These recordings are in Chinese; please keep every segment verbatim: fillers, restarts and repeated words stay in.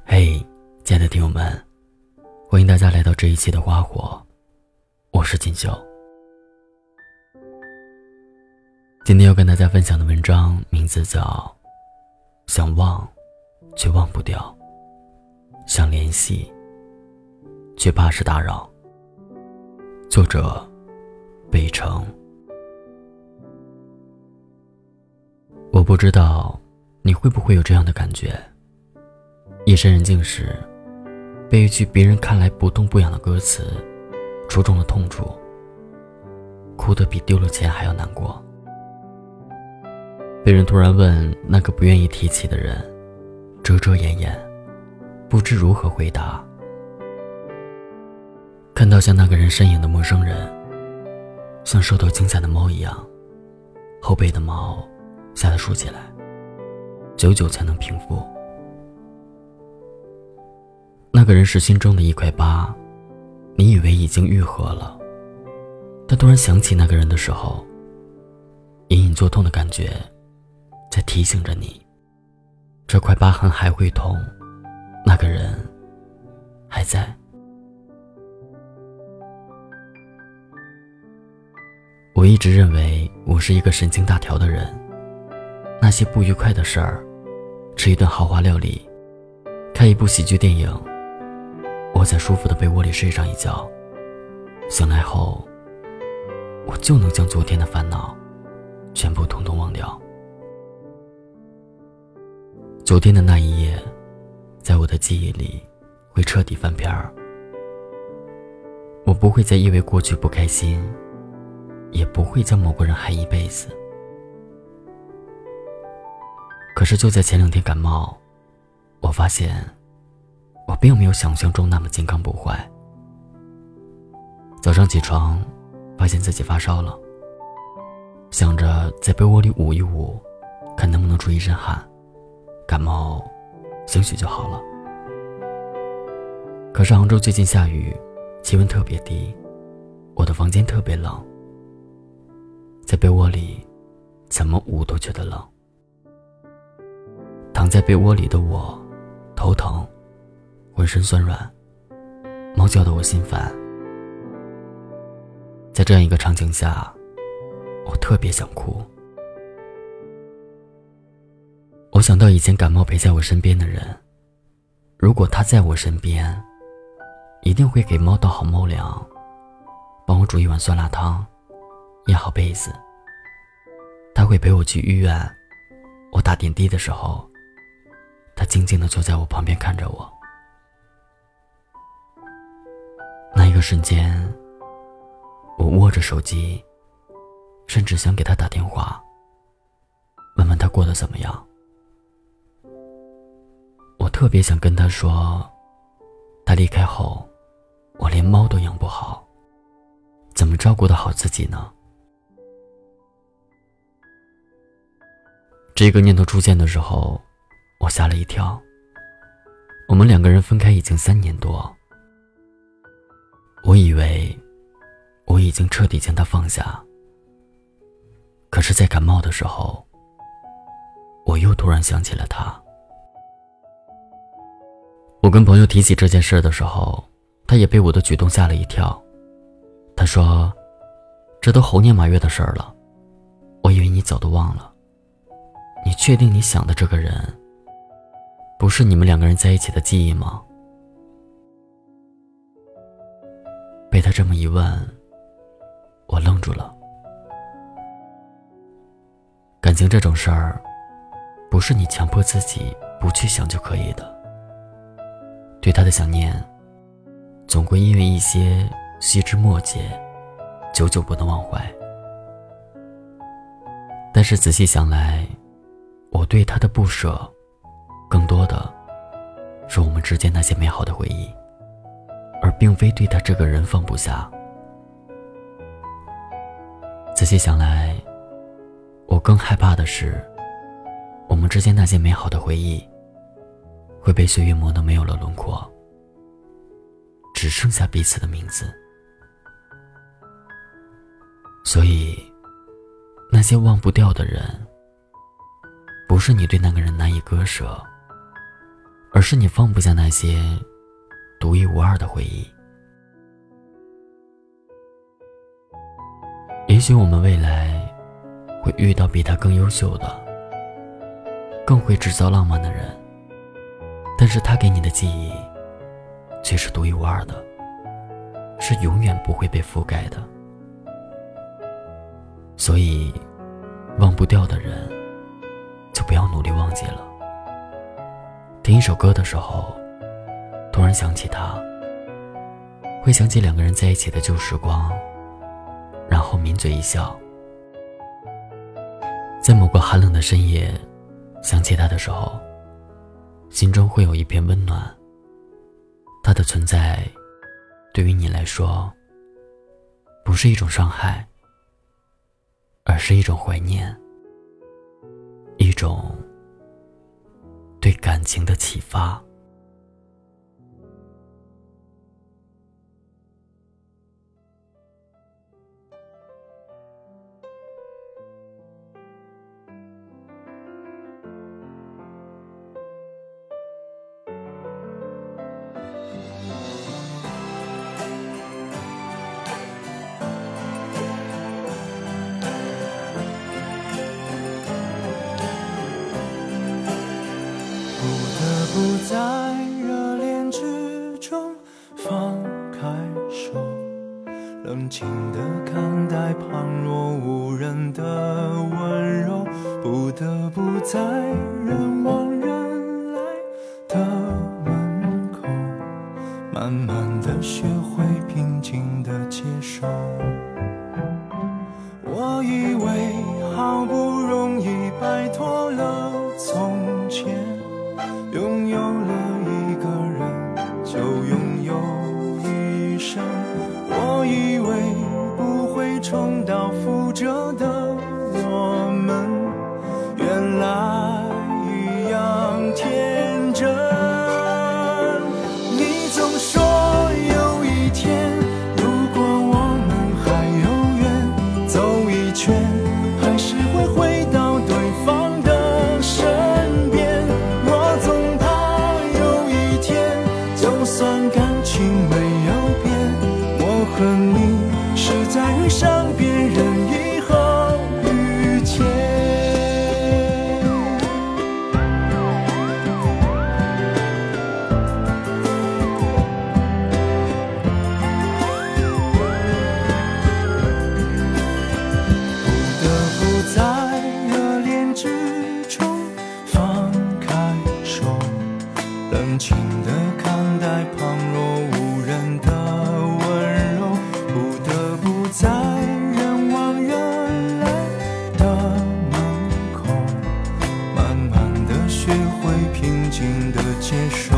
嘿，亲爱的听友们，欢迎大家来到这一期的花火，我是锦绣。今天要跟大家分享的文章名字叫想忘却忘不掉，想联系却怕是打扰。作者北城。我不知道你会不会有这样的感觉，夜深人静时，被一句别人看来不痛不痒的歌词戳中了痛处，哭得比丢了钱还要难过。被人突然问那个不愿意提起的人，遮遮掩掩，不知如何回答。看到像那个人身影的陌生人，像受到惊吓的猫一样，后背的毛吓得竖起来，久久才能平复。那个人是心中的一块疤，你以为已经愈合了，但突然想起那个人的时候，隐隐作痛的感觉在提醒着你，这块疤痕还会痛，那个人还在。我一直认为我是一个神经大条的人，那些不愉快的事儿，吃一顿豪华料理，看一部喜剧电影，窝在舒服的被窝里睡上一觉，醒来后我就能将昨天的烦恼全部统统忘掉。昨天的那一夜在我的记忆里会彻底翻篇儿，我不会再因为过去不开心，也不会将某个人害一辈子。可是就在前两天感冒，我发现我并没有想象中那么健康不坏。早上起床发现自己发烧了，想着在被窝里捂一捂，看能不能出一身汗，感冒兴许就好了。可是杭州最近下雨，气温特别低，我的房间特别冷，在被窝里怎么捂都觉得冷。躺在被窝里的我头疼，浑身酸软，猫叫得我心烦。在这样一个场景下，我特别想哭。我想到以前感冒陪在我身边的人，如果他在我身边，一定会给猫倒好猫粮，帮我煮一碗酸辣汤，压好被子。他会陪我去医院，我打点滴的时候，他静静地坐在我旁边看着我。那一个瞬间，我握着手机，甚至想给他打电话，问问他过得怎么样。我特别想跟他说，他离开后，我连猫都养不好，怎么照顾得好自己呢？这个念头出现的时候，我吓了一跳。我们两个人分开已经三年多，我以为我已经彻底将他放下，可是在感冒的时候，我又突然想起了他。我跟朋友提起这件事的时候，他也被我的举动吓了一跳。他说，这都猴年马月的事儿了，我以为你早都忘了。你确定你想的这个人不是你们两个人在一起的记忆吗？被他这么一问，我愣住了。感情这种事儿，不是你强迫自己不去想就可以的。对他的想念，总会因为一些细枝末节，久久不能忘怀。但是仔细想来，我对他的不舍，更多的是我们之间那些美好的回忆，而并非对他这个人放不下。仔细想来，我更害怕的是，我们之间那些美好的回忆，会被岁月磨得没有了轮廓，只剩下彼此的名字。所以，那些忘不掉的人，不是你对那个人难以割舍， 而是你放不下那些独一无二的回忆。也许我们未来会遇到比他更优秀的，更会制造浪漫的人，但是他给你的记忆却是独一无二的，是永远不会被覆盖的。所以忘不掉的人就不要努力忘记了。听一首歌的时候，突然想起他，会想起两个人在一起的旧时光，然后抿嘴一笑。在某个寒冷的深夜想起他的时候，心中会有一片温暖。他的存在对于你来说不是一种伤害，而是一种怀念，一种对感情的启发。 不在热恋之中放开手，冷静地看待旁若无人的温柔，不得不在人往人来的门口，慢慢地学会平静地接受。我以为好不容易摆脱了从前，拥有了一个人就拥有一生，我以为不会重蹈覆辙的我们，原来一样天真。你总说有一天，如果我们还有缘，走一圈还是会回到对方的身边。我总就算感情没有变，我和你是在遇上别人以后遇见。不得不在热恋之中放开手，冷静地看待旁若无人的温柔，不得不在人往人来的门口，慢慢地学会平静地接受。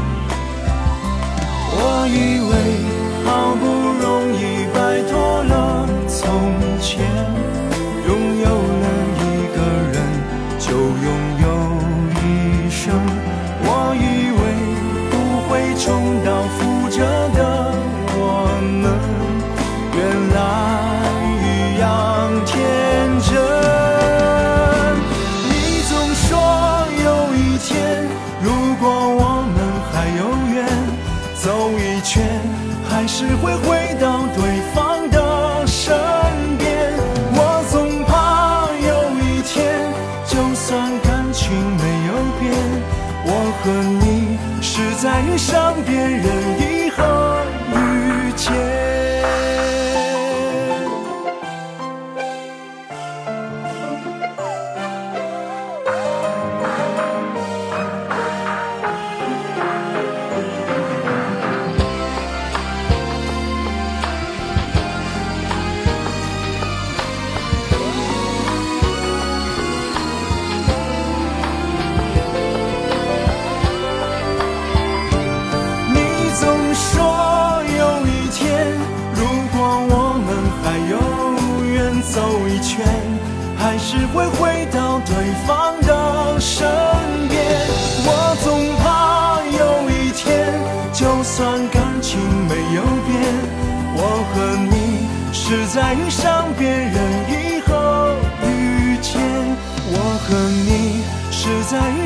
我以为好不容易摆脱了从前，拥有了一个人就拥有一生，我以为重蹈覆辙的我们，原来一样天真。你总说有一天，如果我们还有缘，走一圈还是会回到对方的身边。我总怕有一天，就算感情没有变，我和你是在遇上别人以后遇见。走一圈还是会回到对方的身边。我总怕有一天，就算感情没有变，我和你是在遇上别人以后遇见。我和你是在遇